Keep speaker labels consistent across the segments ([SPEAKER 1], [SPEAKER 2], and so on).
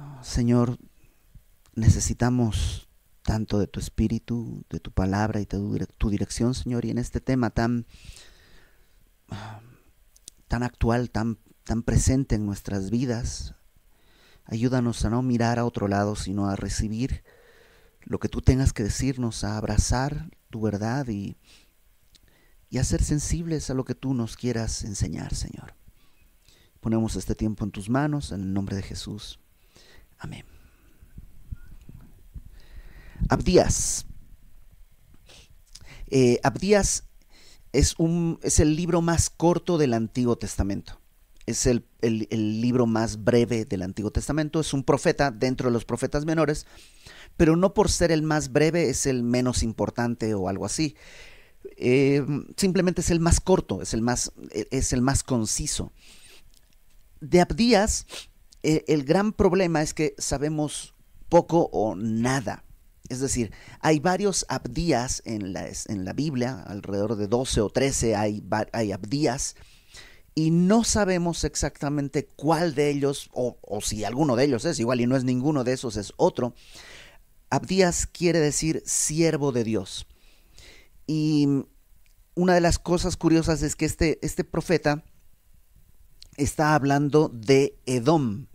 [SPEAKER 1] Señor, necesitamos tanto de tu espíritu, de tu palabra y de tu dirección, Señor, y en este tema tan actual, tan presente en nuestras vidas. Ayúdanos a no mirar a otro lado, sino a recibir lo que tú tengas que decirnos, a abrazar tu verdad y a ser sensibles a lo que tú nos quieras enseñar, Señor. Ponemos este tiempo en tus manos, en el nombre de Jesús. Amén. Abdías. Abdías es el libro más corto del Antiguo Testamento. Es el libro más breve del Antiguo Testamento. Es un profeta dentro de los profetas menores, pero no por ser el más breve es el menos importante o algo así. Simplemente es el más corto, es el más conciso. De Abdías, el gran problema es que sabemos poco o nada. Es decir, hay varios Abdías en la Biblia, alrededor de 12 o 13 hay Abdías, y no sabemos exactamente cuál de ellos, o si alguno de ellos es igual y no es ninguno de esos, es otro. Abdías quiere decir siervo de Dios. Y una de las cosas curiosas es que este profeta está hablando de Edom.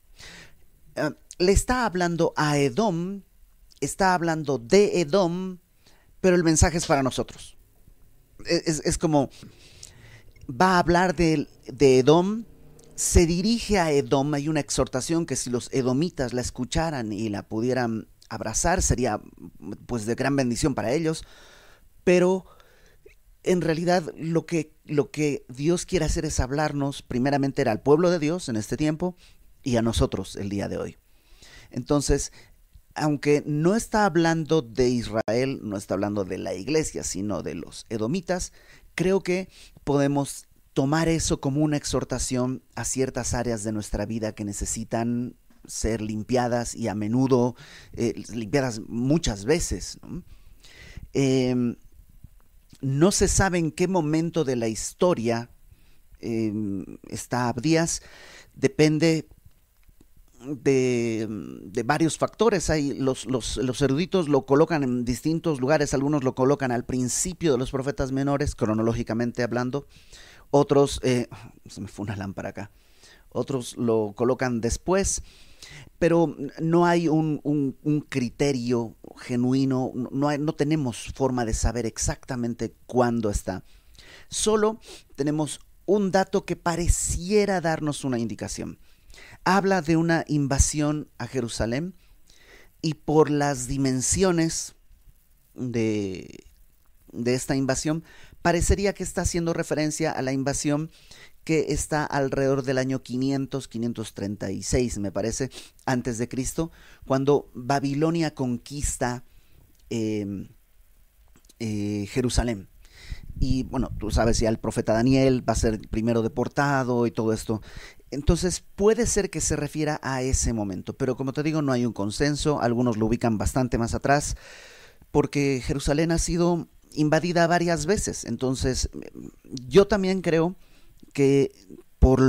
[SPEAKER 1] Le está hablando a Edom, está hablando de Edom, pero el mensaje es para nosotros. Es como, va a hablar de Edom, se dirige a Edom. Hay una exhortación que si los edomitas la escucharan y la pudieran abrazar, sería pues de gran bendición para ellos, pero en realidad lo que Dios quiere hacer es hablarnos, primeramente era al pueblo de Dios en este tiempo y a nosotros el día de hoy. Entonces, aunque no está hablando de Israel, no está hablando de la iglesia, sino de los edomitas, creo que podemos tomar eso como una exhortación a ciertas áreas de nuestra vida que necesitan ser limpiadas y a menudo limpiadas muchas veces, ¿no? No se sabe en qué momento de la historia está Abdías, depende de varios factores. Los eruditos lo colocan en distintos lugares, algunos lo colocan al principio de los profetas menores, cronológicamente hablando, otros, se me fue una lámpara acá, otros lo colocan después, pero no hay un criterio genuino, no tenemos forma de saber exactamente cuándo está. Solo tenemos un dato que pareciera darnos una indicación. Habla de una invasión a Jerusalén y por las dimensiones de esta invasión parecería que está haciendo referencia a la invasión que está alrededor del año 536, me parece, antes de Cristo, cuando Babilonia conquista Jerusalén. Y bueno, tú sabes, ya el profeta Daniel va a ser primero deportado y todo esto. Entonces puede ser que se refiera a ese momento, pero como te digo, no hay un consenso. Algunos lo ubican bastante más atrás, porque Jerusalén ha sido invadida varias veces. Entonces yo también creo que por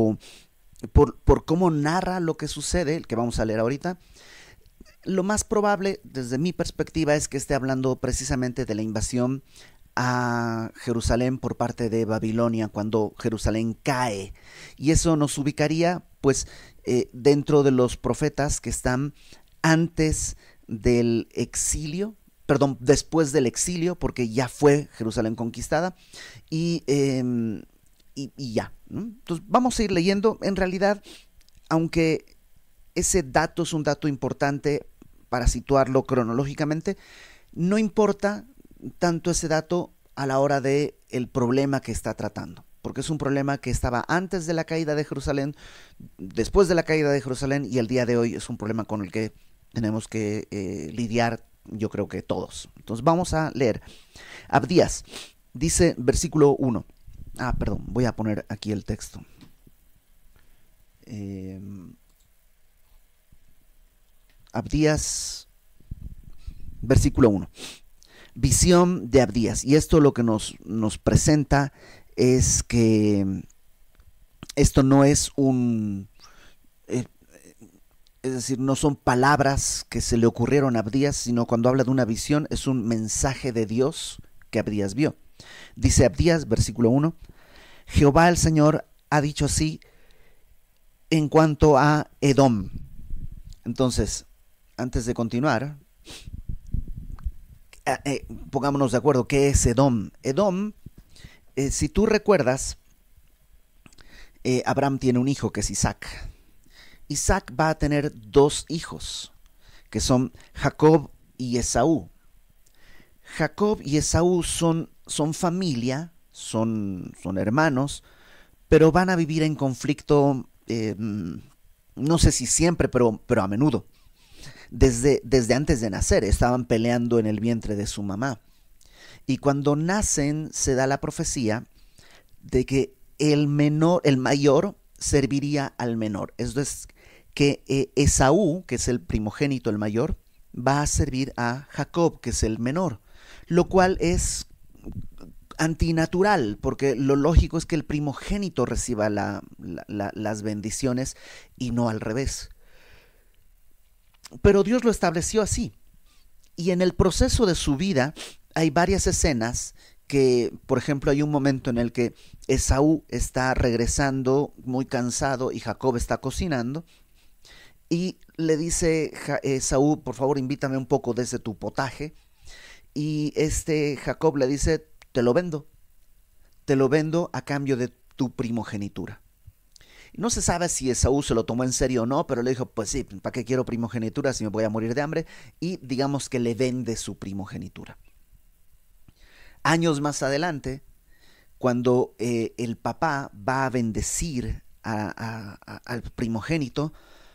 [SPEAKER 1] cómo narra lo que sucede, el que vamos a leer ahorita, lo más probable desde mi perspectiva es que esté hablando precisamente de la invasión a Jerusalén por parte de Babilonia, cuando Jerusalén cae, y eso nos ubicaría pues dentro de los profetas que están antes del exilio, perdón, después del exilio, porque ya fue Jerusalén conquistada, y ya, ¿no? Entonces vamos a ir leyendo. En realidad, aunque ese dato es un dato importante para situarlo cronológicamente, no importa tanto ese dato a la hora de el problema que está tratando, porque es un problema que estaba antes de la caída de Jerusalén, después de la caída de Jerusalén, y el día de hoy es un problema con el que tenemos que lidiar, yo creo que todos. Entonces vamos a leer. Abdías, dice versículo 1. Perdón, voy a poner aquí el texto. Abdías, versículo 1. Visión de Abdías. Y esto lo que nos presenta es que esto no es decir, no son palabras que se le ocurrieron a Abdías, sino cuando habla de una visión es un mensaje de Dios que Abdías vio. Dice Abdías, versículo 1, Jehová el Señor ha dicho así en cuanto a Edom. Entonces, antes de continuar, pongámonos de acuerdo, ¿qué es Edom? Edom, si tú recuerdas, Abraham tiene un hijo que es Isaac. Isaac va a tener dos hijos, que son Jacob y Esaú. Jacob y Esaú son familia, son hermanos, pero van a vivir en conflicto, no sé si siempre, pero a menudo. Desde antes de nacer estaban peleando en el vientre de su mamá. Y cuando nacen se da la profecía de que el mayor serviría al menor. Esto es que Esaú, que es el primogénito, el mayor, va a servir a Jacob, que es el menor, lo cual es antinatural, porque lo lógico es que el primogénito reciba las bendiciones y no al revés. Pero Dios lo estableció así. Y en el proceso de su vida hay varias escenas que, por ejemplo, hay un momento en el que Esaú está regresando muy cansado y Jacob está cocinando. Y le dice Esaú, por favor, invítame un poco de ese tu potaje. Y Jacob le dice, te lo vendo a cambio de tu primogenitura. No se sabe si Esaú se lo tomó en serio o no, pero le dijo, pues sí, ¿para qué quiero primogenitura si me voy a morir de hambre? Y digamos que le vende su primogenitura. Años más adelante, cuando el papá va a bendecir al primogénito,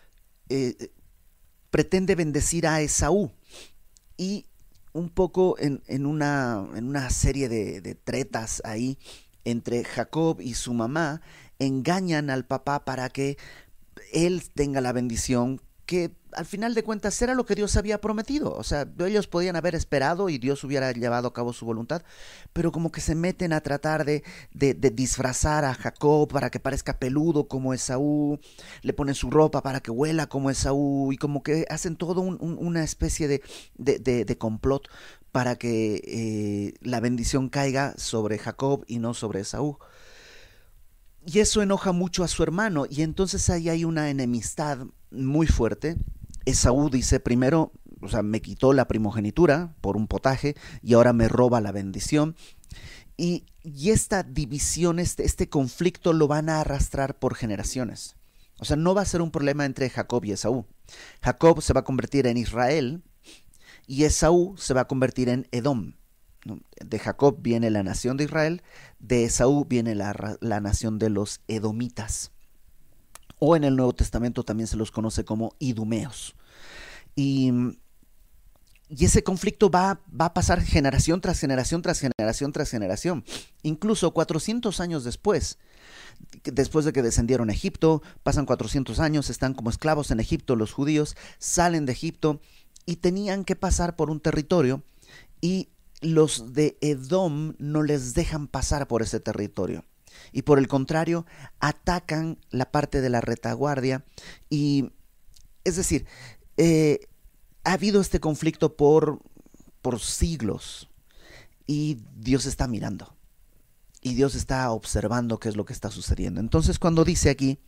[SPEAKER 1] pretende bendecir a Esaú. Y un poco en una serie de tretas ahí entre Jacob y su mamá, engañan al papá para que él tenga la bendición que al final de cuentas era lo que Dios había prometido. O sea, ellos podían haber esperado y Dios hubiera llevado a cabo su voluntad, pero como que se meten a tratar de disfrazar a Jacob para que parezca peludo como Esaú, le ponen su ropa para que huela como Esaú y como que hacen todo una especie de complot para que la bendición caiga sobre Jacob y no sobre Esaú. Y eso enoja mucho a su hermano y entonces ahí hay una enemistad muy fuerte. Esaú dice primero, o sea, me quitó la primogenitura por un potaje y ahora me roba la bendición. Y esta división, este conflicto lo van a arrastrar por generaciones. O sea, no va a ser un problema entre Jacob y Esaú. Jacob se va a convertir en Israel y Esaú se va a convertir en Edom. De Jacob viene la nación de Israel, de Esaú viene la nación de los edomitas. O en el Nuevo Testamento también se los conoce como idumeos. Y ese conflicto va a pasar generación tras generación tras generación tras generación. Incluso 400 años después de que descendieron a Egipto, pasan 400 años, están como esclavos en Egipto los judíos, salen de Egipto y tenían que pasar por un territorio y los de Edom no les dejan pasar por ese territorio. Y por el contrario, atacan la parte de la retaguardia. Y es decir, ha habido este conflicto por siglos. Y Dios está mirando. Y Dios está observando qué es lo que está sucediendo. Entonces cuando dice aquí,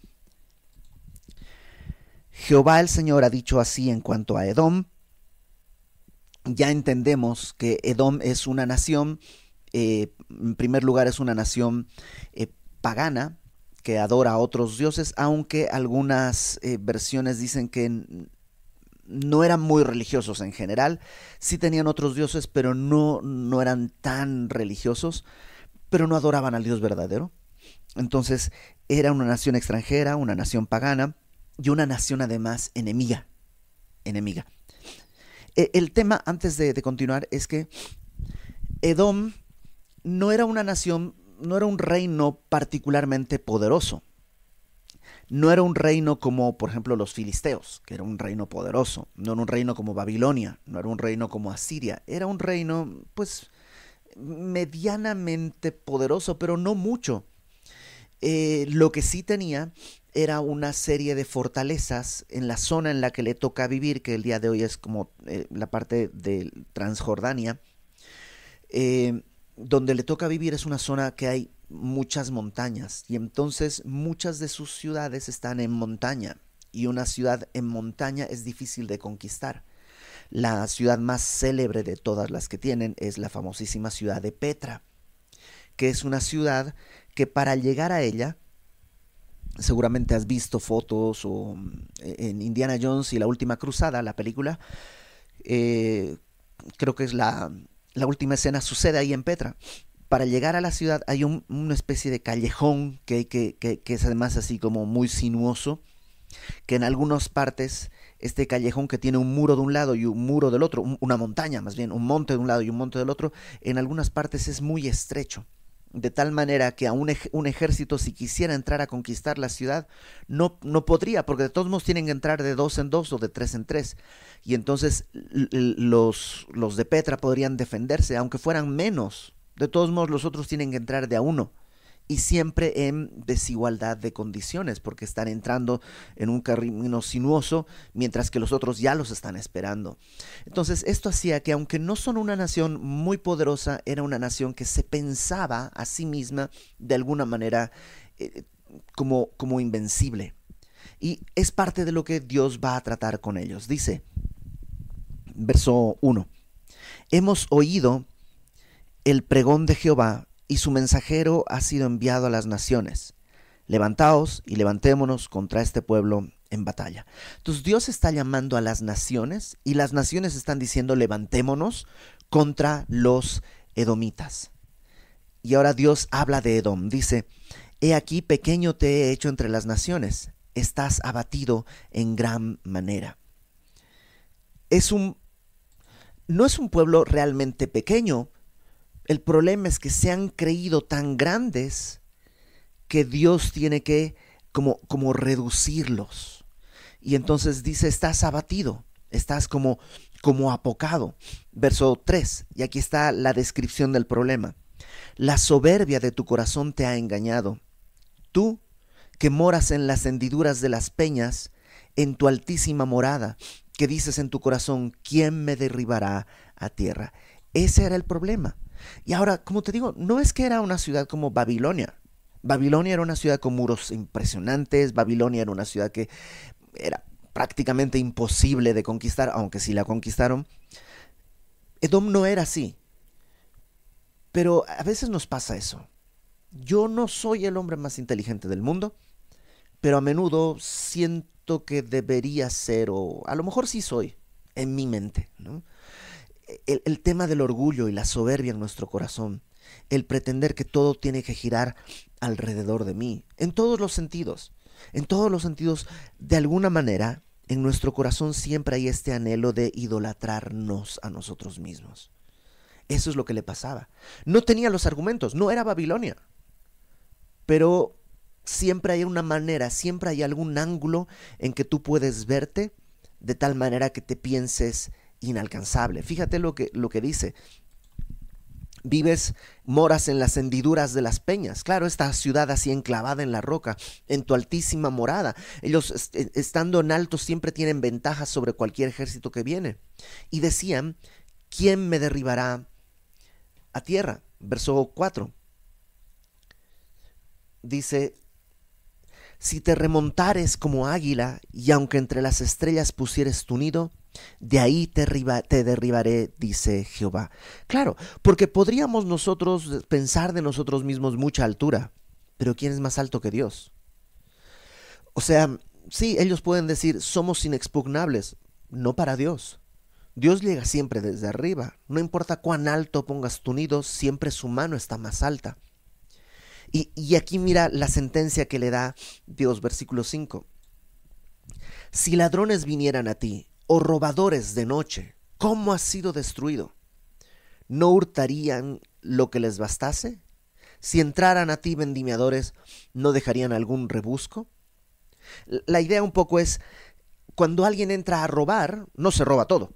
[SPEAKER 1] Jehová el Señor ha dicho así en cuanto a Edom, ya entendemos que Edom es una nación, en primer lugar es una nación pagana que adora a otros dioses, aunque algunas versiones dicen que no eran muy religiosos en general, sí tenían otros dioses, pero no eran tan religiosos, pero no adoraban al Dios verdadero. Entonces era una nación extranjera, una nación pagana y una nación además enemiga. El tema, antes de continuar, es que Edom no era una nación, no era un reino particularmente poderoso. No era un reino como, por ejemplo, los filisteos, que era un reino poderoso. No era un reino como Babilonia, no era un reino como Asiria. Era un reino, pues, medianamente poderoso, pero no mucho. Lo que sí tenía era una serie de fortalezas en la zona en la que le toca vivir, que el día de hoy es como la parte de Transjordania. Donde le toca vivir es una zona que hay muchas montañas, y entonces muchas de sus ciudades están en montaña, y una ciudad en montaña es difícil de conquistar. La ciudad más célebre de todas las que tienen es la famosísima ciudad de Petra, que es una ciudad que para llegar a ella, seguramente has visto fotos o en Indiana Jones y la Última Cruzada, la película, creo que es la última escena, sucede ahí en Petra. Para llegar a la ciudad hay una especie de callejón que es además así como muy sinuoso, que en algunas partes este callejón, que tiene un muro de un lado y un muro del otro, una montaña más bien, un monte de un lado y un monte del otro, en algunas partes es muy estrecho, de tal manera que a un ejército, si quisiera entrar a conquistar la ciudad, no podría, porque de todos modos tienen que entrar de 2 en 2 o de 3 en 3, y entonces los de Petra podrían defenderse, aunque fueran menos. De todos modos los otros tienen que entrar de a uno, y siempre en desigualdad de condiciones, porque están entrando en un camino sinuoso, mientras que los otros ya los están esperando. Entonces esto hacía que, aunque no son una nación muy poderosa, era una nación que se pensaba a sí misma de alguna manera como invencible. Y es parte de lo que Dios va a tratar con ellos. Dice, verso 1, hemos oído el pregón de Jehová, y su mensajero ha sido enviado a las naciones. Levantaos y levantémonos contra este pueblo en batalla. Entonces Dios está llamando a las naciones, y las naciones están diciendo levantémonos contra los edomitas. Y ahora Dios habla de Edom. Dice, he aquí pequeño te he hecho entre las naciones, estás abatido en gran manera. No es un pueblo realmente pequeño. El problema es que se han creído tan grandes que Dios tiene que como reducirlos. Y entonces dice, estás abatido, estás como apocado. Verso 3, y aquí está la descripción del problema. La soberbia de tu corazón te ha engañado. Tú, que moras en las hendiduras de las peñas, en tu altísima morada, que dices en tu corazón, ¿quién me derribará a tierra? Ese era el problema. Y ahora, como te digo, no es que era una ciudad como Babilonia. Babilonia era una ciudad con muros impresionantes. Babilonia era una ciudad que era prácticamente imposible de conquistar, aunque sí la conquistaron. Edom no era así. Pero a veces nos pasa eso. Yo no soy el hombre más inteligente del mundo, pero a menudo siento que debería ser, o a lo mejor sí soy, en mi mente, ¿no? El tema del orgullo y la soberbia en nuestro corazón, el pretender que todo tiene que girar alrededor de mí, en todos los sentidos, de alguna manera, en nuestro corazón siempre hay este anhelo de idolatrarnos a nosotros mismos. Eso es lo que le pasaba. No tenía los argumentos, no era Babilonia, pero siempre hay una manera, siempre hay algún ángulo en que tú puedes verte de tal manera que te pienses inalcanzable. Fíjate lo que dice. Moras en las hendiduras de las peñas. Claro, esta ciudad así enclavada en la roca, en tu altísima morada. Ellos, estando en alto, siempre tienen ventajas sobre cualquier ejército que viene. Y decían, ¿quién me derribará a tierra? Verso 4. Dice, si te remontares como águila, y aunque entre las estrellas pusieres tu nido, de ahí te derribaré, dice Jehová. Claro, porque podríamos nosotros pensar de nosotros mismos mucha altura, pero ¿quién es más alto que Dios? O sea, sí, ellos pueden decir, somos inexpugnables, no para Dios. Dios llega siempre desde arriba, no importa cuán alto pongas tu nido, siempre su mano está más alta. Y aquí mira la sentencia que le da Dios, versículo 5. Si ladrones vinieran a ti, o robadores de noche, ¿cómo has sido destruido? ¿No hurtarían lo que les bastase? Si entraran a ti vendimiadores, ¿no dejarían algún rebusco? La idea un poco es, cuando alguien entra a robar, no se roba todo.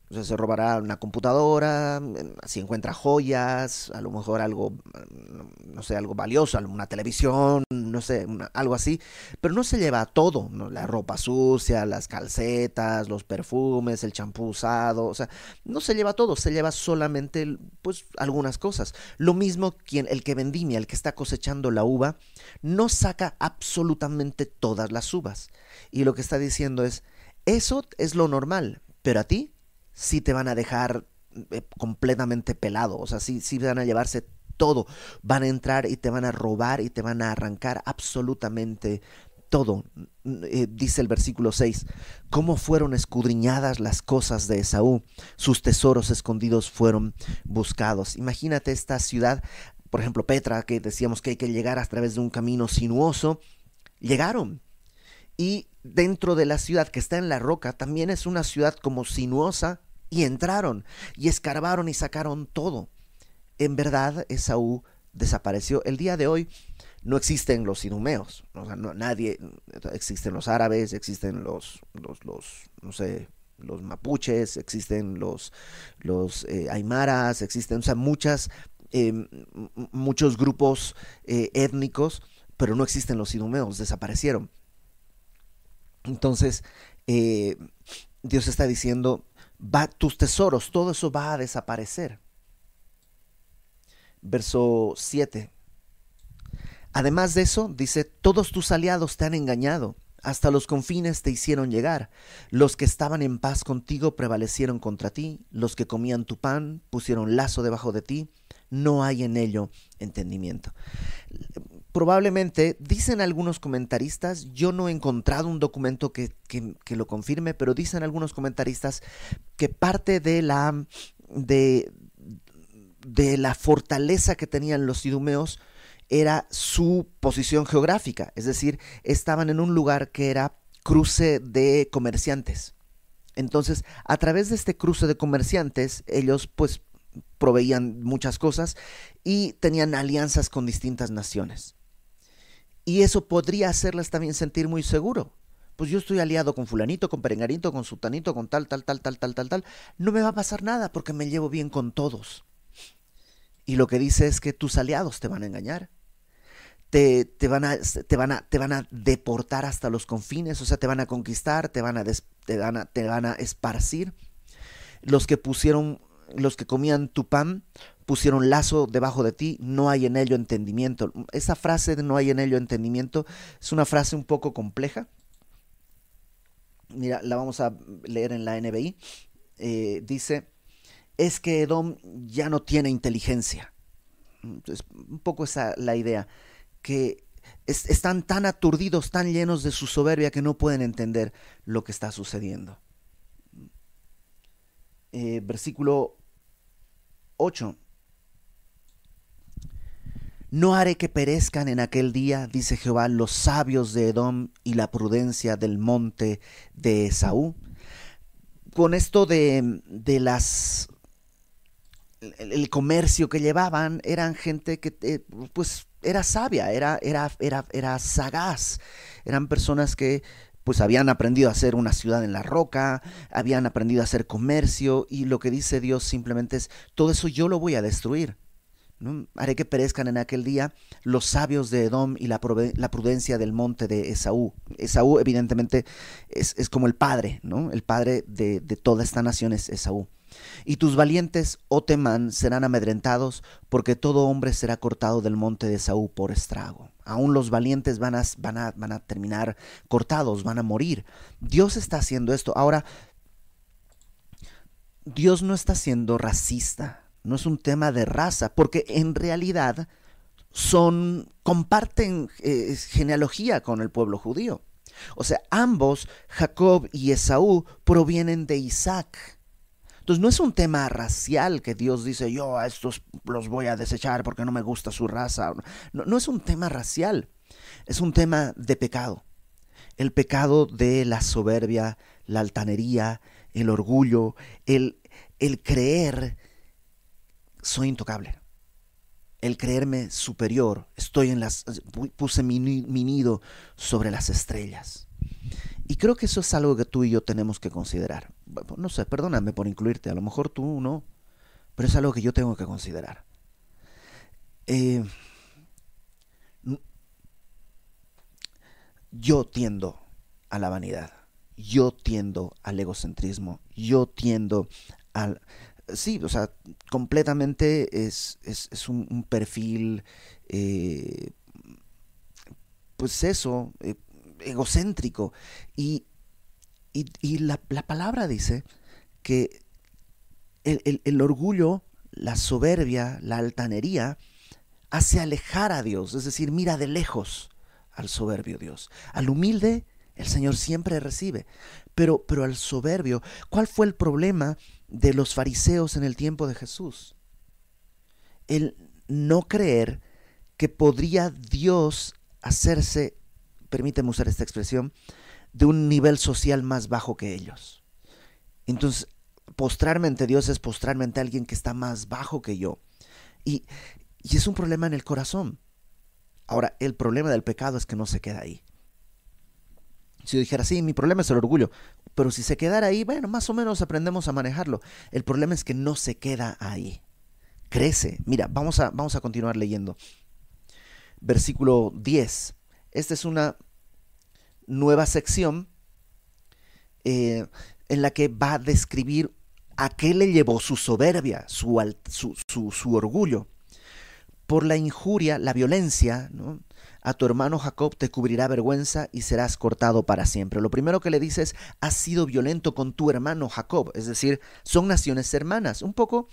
[SPEAKER 1] O sea, se robará una computadora, si encuentra joyas, a lo mejor algo, no sé, algo valioso, una televisión, no sé, algo así, pero no se lleva todo, ¿no? La ropa sucia, las calcetas, los perfumes, el champú usado, o sea, no se lleva todo, se lleva solamente, pues, algunas cosas. Lo mismo quien, el que vendimia, el que está cosechando la uva, no saca absolutamente todas las uvas. Y lo que está diciendo es, eso es lo normal, pero a ti sí te van a dejar completamente pelado, o sea, sí van a llevarse todo, van a entrar y te van a robar y te van a arrancar absolutamente todo. Dice el versículo 6, cómo fueron escudriñadas las cosas de Esaú, sus tesoros escondidos fueron buscados. Imagínate esta ciudad, por ejemplo Petra, que decíamos que hay que llegar a través de un camino sinuoso, llegaron. Y dentro de la ciudad que está en la roca, también es una ciudad como sinuosa, y entraron y escarbaron y sacaron todo. En verdad, Esaú desapareció. El día de hoy no existen los idumeos, o sea, nadie, existen los árabes, existen no sé, los mapuches, existen los aymaras, existen, o sea, muchos grupos étnicos, pero no existen los idumeos, desaparecieron. Entonces, Dios está diciendo, tus tesoros, todo eso va a desaparecer. Verso 7. Además de eso, dice, todos tus aliados te han engañado, hasta los confines te hicieron llegar. Los que estaban en paz contigo prevalecieron contra ti, los que comían tu pan pusieron lazo debajo de ti, no hay en ello entendimiento. Probablemente, dicen algunos comentaristas, yo no he encontrado un documento que lo confirme, pero dicen algunos comentaristas que parte de la fortaleza que tenían los idumeos era su posición geográfica, es decir, estaban en un lugar que era cruce de comerciantes. Entonces, a través de este cruce de comerciantes, ellos pues proveían muchas cosas y tenían alianzas con distintas naciones. Y eso podría hacerles también sentir muy seguro. Pues yo estoy aliado con fulanito, con perenganito, con sutanito, con tal. No me va a pasar nada porque me llevo bien con todos. Y lo que dice es que tus aliados te van a engañar. Te van a deportar hasta los confines, o sea, te van a conquistar, te van a esparcir. Los que comían tu pan pusieron lazo debajo de ti, no hay en ello entendimiento. Esa frase de no hay en ello entendimiento es una frase un poco compleja. Mira, la vamos a leer en la NBI. Dice, es que Edom ya no tiene inteligencia. Entonces, un poco esa la idea, que están tan aturdidos, tan llenos de su soberbia que no pueden entender lo que está sucediendo. Versículo 8. No haré que perezcan en aquel día, dice Jehová, los sabios de Edom y la prudencia del monte de Esaú. Con esto de el comercio que llevaban, eran gente que pues era sabia, era sagaz, eran personas que pues habían aprendido a hacer una ciudad en la roca, habían aprendido a hacer comercio, y lo que dice Dios simplemente es, todo eso yo lo voy a destruir, ¿no? Haré que perezcan en aquel día los sabios de Edom y la prudencia del monte de Esaú. Esaú evidentemente es como el padre, ¿no? El padre de toda esta nación es Esaú. Y tus valientes, oh Temán, serán amedrentados, porque todo hombre será cortado del monte de Esaú por estrago. Aún los valientes van a terminar cortados, van a morir. Dios está haciendo esto. Ahora, Dios no está siendo racista, no es un tema de raza, porque en realidad comparten genealogía con el pueblo judío. O sea, ambos, Jacob y Esaú, provienen de Isaac. Entonces no es un tema racial que Dios dice, yo a estos los voy a desechar porque no me gusta su raza. No es un tema racial, es un tema de pecado. El pecado de la soberbia, la altanería, el orgullo, el creer, soy intocable. El creerme superior, puse mi nido sobre las estrellas. Y creo que eso es algo que tú y yo tenemos que considerar. no sé, perdóname por incluirte, a lo mejor tú no, pero es algo que yo tengo que considerar. Eh, yo tiendo a la vanidad, yo tiendo al egocentrismo, yo tiendo al... Sí, o sea, completamente es un perfil, eh, pues eso, egocéntrico. Y, y la palabra dice que el orgullo, la soberbia, la altanería, hace alejar a Dios, es decir, mira de lejos al soberbio Dios. Al humilde el Señor siempre recibe, pero al soberbio, ¿cuál fue el problema de los fariseos en el tiempo de Jesús? El no creer que podría Dios hacerse, permíteme usar esta expresión, de un nivel social más bajo que ellos. Entonces, postrarme ante Dios es postrarme ante alguien que está más bajo que yo. Y, y es un problema en el corazón. Ahora, el problema del pecado es que no se queda ahí. Si yo dijera, sí, mi problema es el orgullo, pero si se quedara ahí, bueno, más o menos aprendemos a manejarlo. El problema es que no se queda ahí. Crece. Mira, vamos a continuar leyendo. Versículo 10. Esta es una nueva sección en la que va a describir a qué le llevó su soberbia, su orgullo. Por la injuria, la violencia, ¿no? A tu hermano Jacob te cubrirá vergüenza y serás cortado para siempre. Lo primero que le dice es, has sido violento con tu hermano Jacob, es decir, son naciones hermanas. Un poco,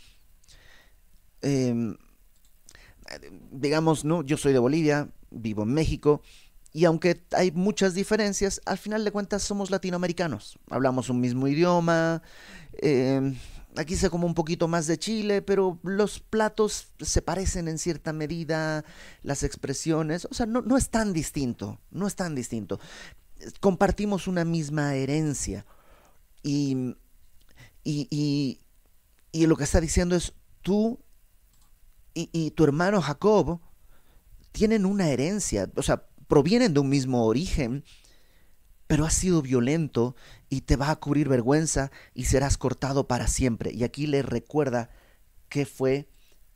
[SPEAKER 1] digamos, ¿no? Yo soy de Bolivia, vivo en México, y aunque hay muchas diferencias, al final de cuentas somos latinoamericanos. Hablamos un mismo idioma, aquí se come un poquito más de chile, pero los platos se parecen en cierta medida, las expresiones, o sea, no es tan distinto, no es tan distinto. Compartimos una misma herencia y, y, y, y lo que está diciendo es tú y tu hermano Jacob tienen una herencia, o sea, provienen de un mismo origen, pero has sido violento y te va a cubrir vergüenza y serás cortado para siempre. Y aquí le recuerda qué fue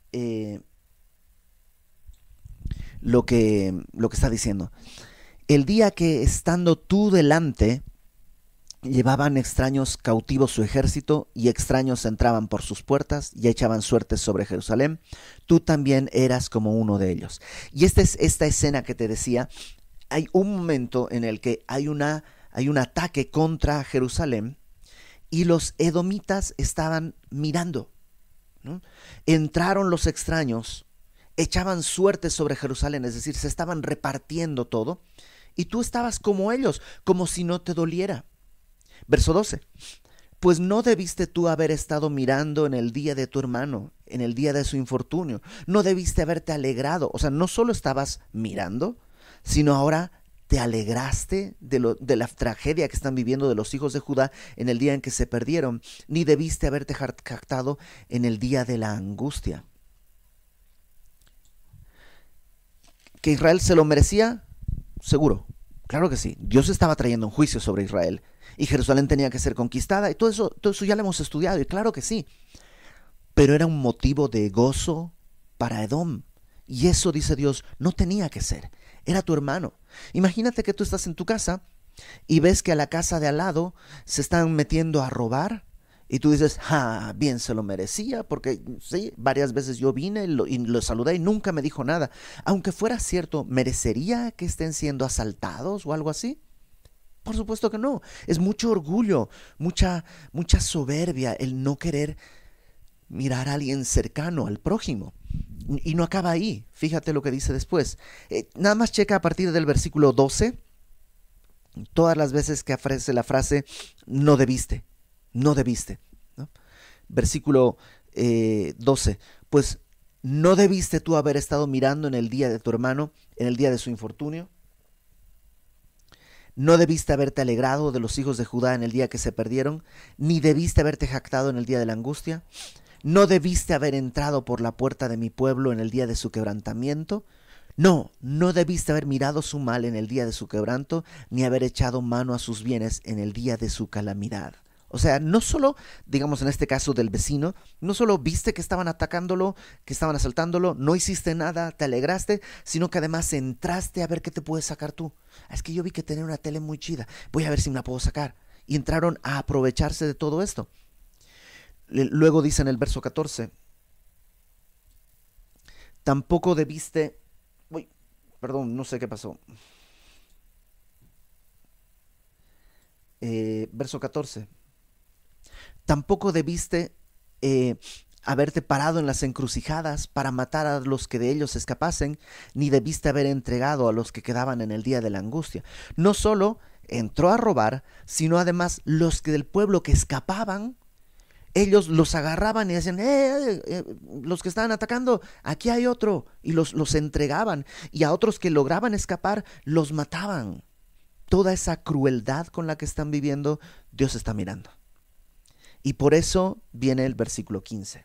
[SPEAKER 1] lo que está diciendo. El día que estando tú delante, llevaban extraños cautivos su ejército y extraños entraban por sus puertas y echaban suertes sobre Jerusalén, tú también eras como uno de ellos. Y esta es esta escena que te decía. Hay un momento en el que hay un ataque contra Jerusalén y los edomitas estaban mirando, ¿no? Entraron los extraños, echaban suertes sobre Jerusalén, es decir, se estaban repartiendo todo, y tú estabas como ellos, como si no te doliera. Verso 12. Pues no debiste tú haber estado mirando en el día de tu hermano, en el día de su infortunio. No debiste haberte alegrado. O sea, no solo estabas mirando, sino ahora te alegraste de la tragedia que están viviendo de los hijos de Judá en el día en que se perdieron. Ni debiste haberte jactado en el día de la angustia. ¿Que Israel se lo merecía? Seguro. Claro que sí. Dios estaba trayendo un juicio sobre Israel. Y Jerusalén tenía que ser conquistada, y todo eso ya lo hemos estudiado, y claro que sí. Pero era un motivo de gozo para Edom. Y eso, dice Dios, no tenía que ser. Era tu hermano. Imagínate que tú estás en tu casa y ves que a la casa de al lado se están metiendo a robar. Y tú dices, bien se lo merecía, porque sí, varias veces yo vine y lo saludé y nunca me dijo nada. Aunque fuera cierto, ¿merecería que estén siendo asaltados o algo así? Por supuesto que no. Es mucho orgullo, mucha soberbia el no querer mirar a alguien cercano, al prójimo. Y no acaba ahí. Fíjate lo que dice después. Nada más checa a partir del versículo 12. Todas las veces que aparece la frase no debiste. No debiste, ¿no? Versículo 12. Pues no debiste tú haber estado mirando en el día de tu hermano, en el día de su infortunio. No debiste haberte alegrado de los hijos de Judá en el día que se perdieron, ni debiste haberte jactado en el día de la angustia. No debiste haber entrado por la puerta de mi pueblo en el día de su quebrantamiento. No debiste haber mirado su mal en el día de su quebranto, ni haber echado mano a sus bienes en el día de su calamidad. O sea, no solo, digamos en este caso del vecino, no solo viste que estaban atacándolo, que estaban asaltándolo, no hiciste nada, te alegraste, sino que además entraste a ver qué te puedes sacar tú. Es que yo vi que tenía una tele muy chida, voy a ver si me la puedo sacar. Y entraron a aprovecharse de todo esto. Luego dice en el verso 14, tampoco debiste... Uy, perdón, no sé qué pasó. Verso 14. Tampoco debiste haberte parado en las encrucijadas para matar a los que de ellos escapasen, ni debiste haber entregado a los que quedaban en el día de la angustia. No solo entró a robar, sino además los que del pueblo que escapaban, ellos los agarraban y decían, los que estaban atacando, aquí hay otro, y los entregaban, y a otros que lograban escapar, los mataban. Toda esa crueldad con la que están viviendo, Dios está mirando. Y por eso viene el versículo 15.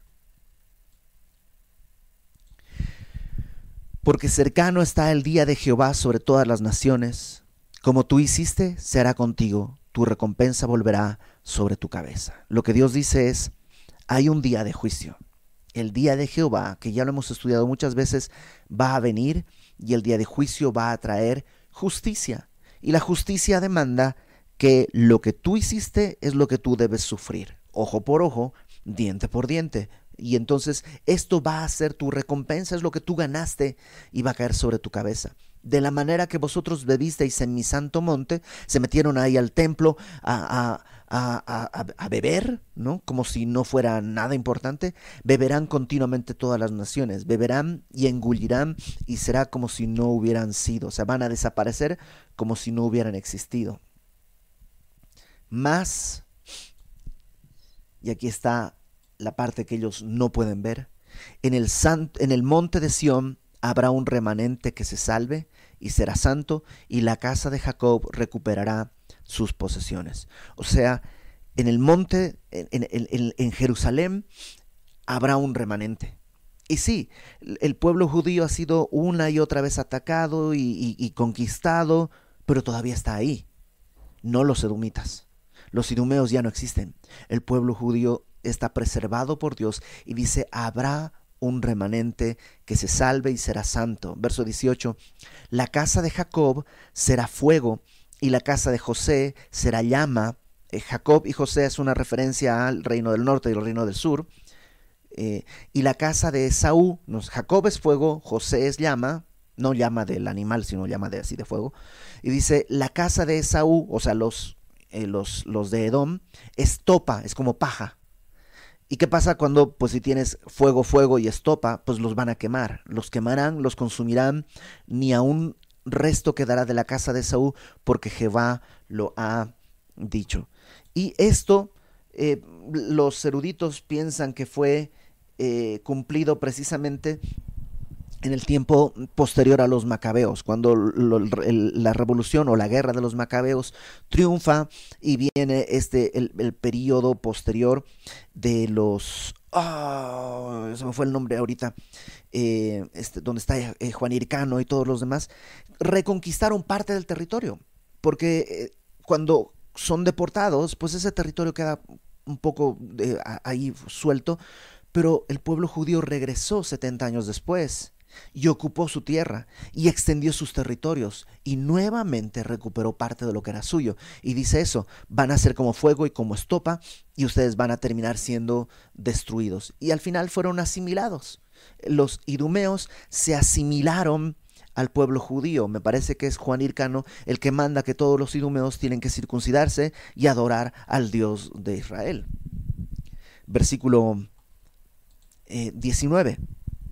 [SPEAKER 1] Porque cercano está el día de Jehová sobre todas las naciones. Como tú hiciste, se hará contigo. Tu recompensa volverá sobre tu cabeza. Lo que Dios dice es, hay un día de juicio. El día de Jehová, que ya lo hemos estudiado muchas veces, va a venir y el día de juicio va a traer justicia. Y la justicia demanda que lo que tú hiciste es lo que tú debes sufrir. Ojo por ojo, diente por diente. Y entonces esto va a ser tu recompensa, es lo que tú ganaste y va a caer sobre tu cabeza. De la manera que vosotros bebisteis en mi santo monte, se metieron ahí al templo a beber, ¿no? Como si no fuera nada importante. Beberán continuamente todas las naciones, beberán y engullirán y será como si no hubieran sido. O sea, van a desaparecer como si no hubieran existido. Más, y aquí está la parte que ellos no pueden ver, en el monte de Sión habrá un remanente que se salve y será santo, y la casa de Jacob recuperará sus posesiones. O sea, en el monte, en Jerusalén, habrá un remanente. Y sí, el pueblo judío ha sido una y otra vez atacado y conquistado, pero todavía está ahí. No los edomitas. Los idumeos ya no existen. El pueblo judío está preservado por Dios y dice, habrá un remanente que se salve y será santo. Verso 18, la casa de Jacob será fuego y la casa de José será llama. Jacob y José es una referencia al reino del norte y al reino del sur. Y la casa de Esaú, Jacob es fuego, José es llama, no llama del animal, sino llama de así de fuego. Y dice, la casa de Esaú, o sea, los de Edom, es topa, es como paja. ¿Y qué pasa cuando, pues si tienes fuego, fuego y estopa, pues los van a quemar? Los quemarán, los consumirán, ni aún resto quedará de la casa de Esaú, porque Jehová lo ha dicho. Y esto, los eruditos piensan que fue cumplido precisamente en el tiempo posterior a los macabeos, cuando la revolución o la guerra de los macabeos triunfa y viene el periodo posterior de los... se me fue el nombre ahorita, donde está Juan Hircano y todos los demás, reconquistaron parte del territorio, porque cuando son deportados, pues ese territorio queda un poco ahí suelto, pero el pueblo judío regresó 70 años después y ocupó su tierra y extendió sus territorios y nuevamente recuperó parte de lo que era suyo. Y dice eso, van a ser como fuego y como estopa y ustedes van a terminar siendo destruidos. Y al final fueron asimilados. Los idumeos se asimilaron al pueblo judío. Me parece que es Juan Hircano el que manda que todos los idumeos tienen que circuncidarse y adorar al Dios de Israel. Versículo 19.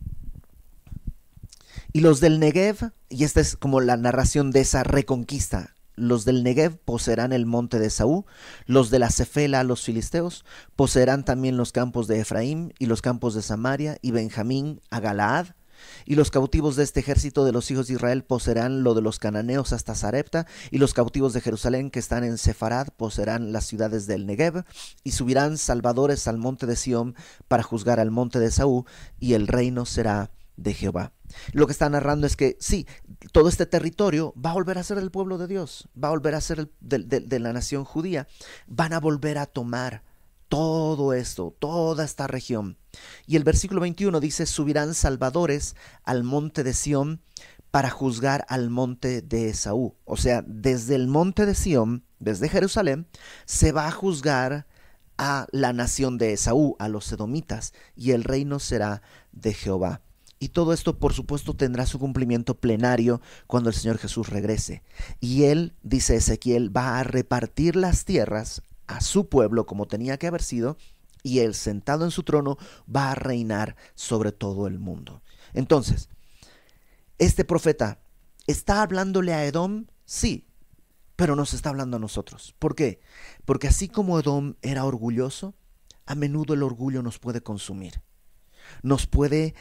[SPEAKER 1] Y los del Negev, y esta es como la narración de esa reconquista, los del Negev poseerán el monte de Esaú, los de la Cefela, los filisteos, poseerán también los campos de Efraín y los campos de Samaria y Benjamín a Galaad, y los cautivos de este ejército de los hijos de Israel poseerán lo de los cananeos hasta Sarepta, y los cautivos de Jerusalén que están en Sefarad poseerán las ciudades del Negev, y subirán salvadores al monte de Sión para juzgar al monte de Esaú, y el reino será de Jehová. Lo que está narrando es que sí, todo este territorio va a volver a ser el pueblo de Dios, va a volver a ser de la nación judía, van a volver a tomar todo esto, toda esta región. Y el versículo 21 dice, subirán salvadores al monte de Sión para juzgar al monte de Esaú. O sea, desde el monte de Sión, desde Jerusalén, se va a juzgar a la nación de Esaú, a los edomitas, y el reino será de Jehová. Y todo esto, por supuesto, tendrá su cumplimiento plenario cuando el Señor Jesús regrese. Y él, dice Ezequiel, va a repartir las tierras a su pueblo como tenía que haber sido, y él, sentado en su trono, va a reinar sobre todo el mundo. Entonces, este profeta está hablándole a Edom, sí, pero nos está hablando a nosotros. ¿Por qué? Porque así como Edom era orgulloso, a menudo el orgullo nos puede consumir. Nos puede...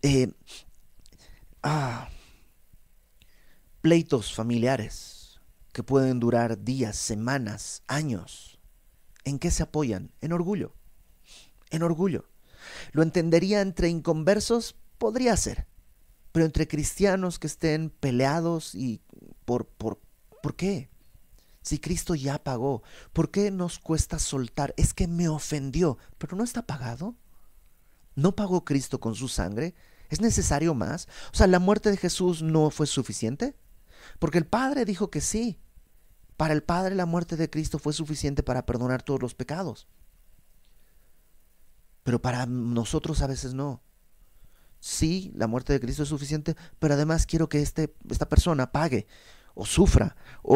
[SPEAKER 1] pleitos familiares que pueden durar días, semanas, años. ¿En qué se apoyan? En orgullo. En orgullo. Lo entendería entre inconversos, podría ser. Pero entre cristianos que estén peleados y ¿por qué? Si Cristo ya pagó, ¿por qué nos cuesta soltar? Es que me ofendió, pero no está pagado. ¿No pagó Cristo con su sangre? ¿Es necesario más? O sea, ¿la muerte de Jesús no fue suficiente? Porque el Padre dijo que sí. Para el Padre la muerte de Cristo fue suficiente para perdonar todos los pecados. Pero para nosotros a veces no. Sí, la muerte de Cristo es suficiente, pero además quiero que esta persona pague o sufra.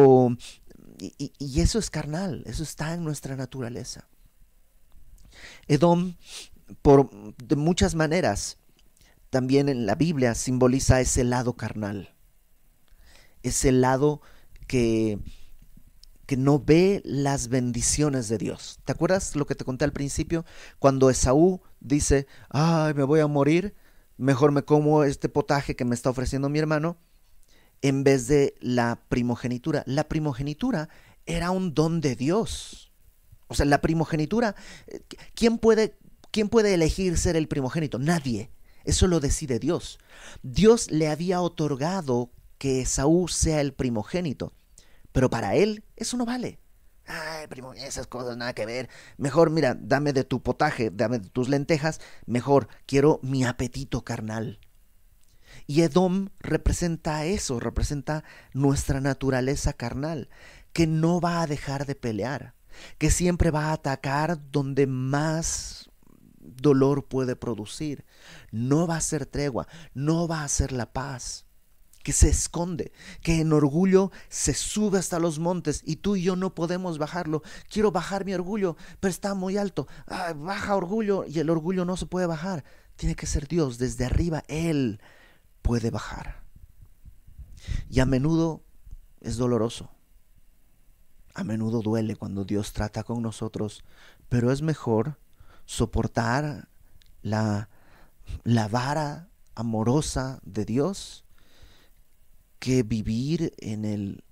[SPEAKER 1] Y eso es carnal, eso está en nuestra naturaleza. Edom, de muchas maneras, también en la Biblia simboliza ese lado carnal. Ese lado que no ve las bendiciones de Dios. ¿Te acuerdas lo que te conté al principio? Cuando Esaú dice, ay, me voy a morir, mejor me como este potaje que me está ofreciendo mi hermano, en vez de la primogenitura. La primogenitura era un don de Dios. O sea, la primogenitura, ¿quién puede elegir ser el primogénito? Nadie. Eso lo decide Dios. Dios le había otorgado que Esaú sea el primogénito. Pero para él eso no vale. Ay, primo, esas cosas nada que ver. Mejor, mira, dame de tu potaje, dame de tus lentejas. Mejor, quiero mi apetito carnal. Y Edom representa eso, representa nuestra naturaleza carnal, que no va a dejar de pelear, que siempre va a atacar donde más dolor puede producir. No va a ser tregua, no va a ser la paz. Que se esconde, que en orgullo se sube hasta los montes y tú y yo no podemos bajarlo. Quiero bajar mi orgullo, pero está muy alto. Baja orgullo, y el orgullo no se puede bajar. Tiene que ser Dios, desde arriba Él puede bajar. Y a menudo es doloroso. A menudo duele cuando Dios trata con nosotros, pero es mejor soportar la vara amorosa de Dios que vivir en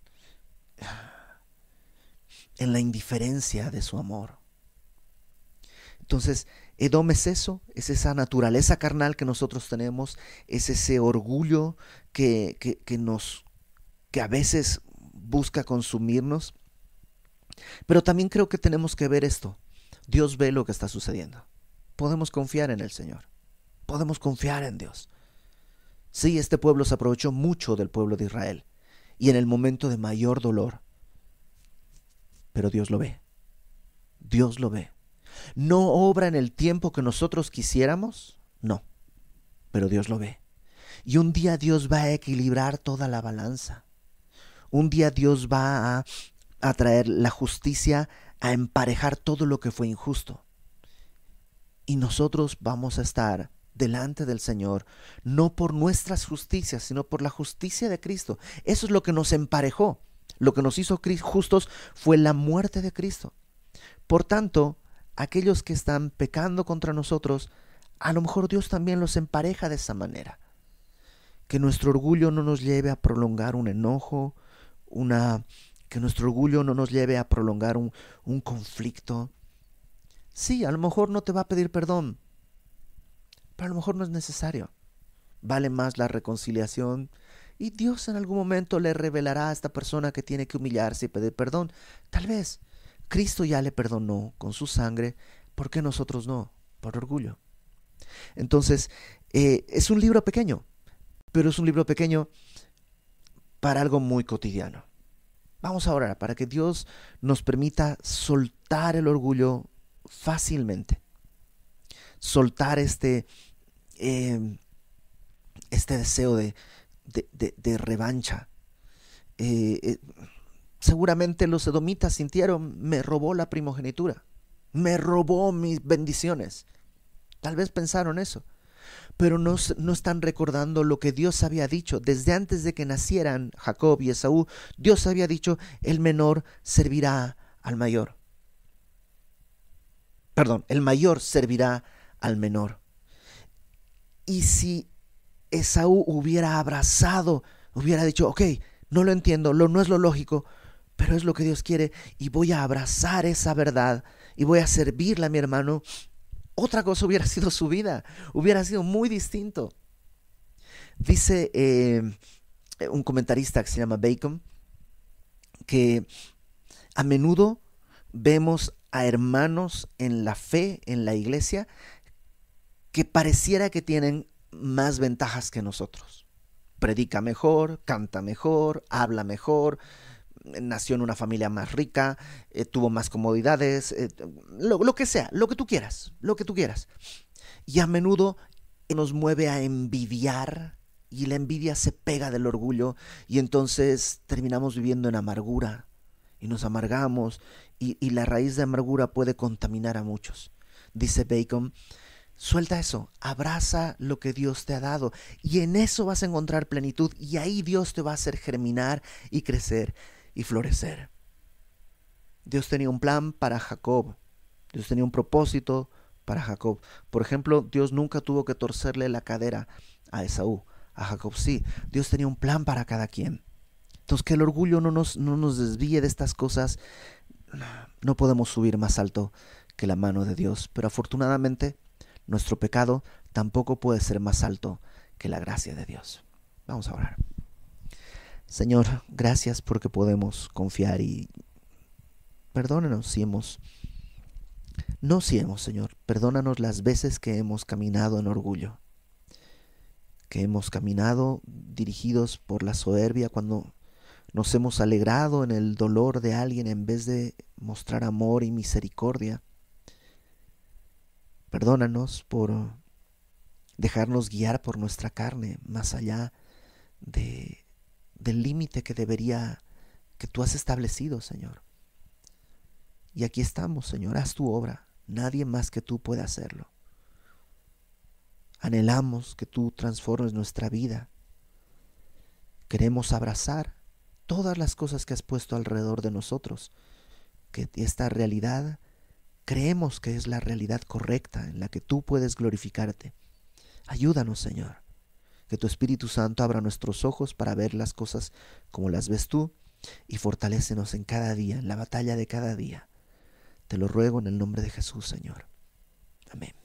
[SPEAKER 1] la indiferencia de su amor. Entonces, Edom es eso, es esa naturaleza carnal que nosotros tenemos, es ese orgullo que a veces busca consumirnos. Pero también creo que tenemos que ver esto. Dios ve lo que está sucediendo. Podemos confiar en el Señor. Podemos confiar en Dios. Sí, este pueblo se aprovechó mucho del pueblo de Israel y en el momento de mayor dolor. Pero Dios lo ve. Dios lo ve. ¿No obra en el tiempo que nosotros quisiéramos? No, pero Dios lo ve. Y un día Dios va a equilibrar toda la balanza. Un día Dios va a traer la justicia, a emparejar todo lo que fue injusto. Y nosotros vamos a estar delante del Señor, no por nuestras justicias, sino por la justicia de Cristo. Eso es lo que nos emparejó. Lo que nos hizo justos fue la muerte de Cristo. Por tanto, aquellos que están pecando contra nosotros, a lo mejor Dios también los empareja de esa manera. Que nuestro orgullo no nos lleve a prolongar un enojo, que nuestro orgullo no nos lleve a prolongar un conflicto. Sí, a lo mejor no te va a pedir perdón, pero a lo mejor no es necesario. vale más la reconciliación. Y Dios en algún momento le revelará a esta persona que tiene que humillarse y pedir perdón. Tal vez Cristo ya le perdonó con su sangre, ¿por qué nosotros no? Por orgullo. Entonces, es un libro pequeño, pero es un libro pequeño para algo muy cotidiano. Vamos a orar para que Dios nos permita soltar el orgullo fácilmente. Soltar este deseo de revancha. Seguramente los edomitas sintieron, me robó la primogenitura, me robó mis bendiciones. Tal vez pensaron eso, pero no están recordando lo que Dios había dicho. Desde antes de que nacieran Jacob y Esaú, Dios había dicho, el menor servirá al mayor. Perdón, el mayor servirá al menor. Y si Esaú hubiera abrazado, hubiera dicho, ok, no lo entiendo, no es lo lógico, pero es lo que Dios quiere y voy a abrazar esa verdad y voy a servirle a mi hermano, otra cosa hubiera sido su vida, hubiera sido muy distinto. Dice un comentarista que se llama Bacon que a menudo vemos a hermanos en la fe, en la iglesia, que pareciera que tienen más ventajas que nosotros. Predica mejor, canta mejor, habla mejor, nació en una familia más rica, tuvo más comodidades, lo que sea, lo que tú quieras. Y a menudo nos mueve a envidiar y la envidia se pega del orgullo y entonces terminamos viviendo en amargura y nos amargamos y la raíz de amargura puede contaminar a muchos. Dice Bacon, suelta eso, abraza lo que Dios te ha dado y en eso vas a encontrar plenitud y ahí Dios te va a hacer germinar y crecer y florecer. Dios tenía un plan para Jacob, Dios tenía un propósito para Jacob. Por ejemplo, Dios nunca tuvo que torcerle la cadera a Esaú, a Jacob sí. Dios tenía un plan para cada quien. Entonces que el orgullo no nos desvíe de estas cosas. No podemos subir más alto que la mano de Dios, pero afortunadamente nuestro pecado tampoco puede ser más alto que la gracia de Dios. Vamos a orar. Señor, gracias porque podemos confiar y perdónanos Señor, perdónanos las veces que hemos caminado en orgullo, que hemos caminado dirigidos por la soberbia cuando nos hemos alegrado en el dolor de alguien en vez de mostrar amor y misericordia. Perdónanos por dejarnos guiar por nuestra carne más allá del límite que tú has establecido, Señor. Y aquí estamos, Señor, haz tu obra. Nadie más que tú puede hacerlo. Anhelamos que tú transformes nuestra vida. Queremos abrazar todas las cosas que has puesto alrededor de nosotros, que esta realidad creemos que es la realidad correcta en la que tú puedes glorificarte. Ayúdanos, Señor, que tu Espíritu Santo abra nuestros ojos para ver las cosas como las ves tú y fortalécenos en cada día, en la batalla de cada día. Te lo ruego en el nombre de Jesús, Señor. Amén.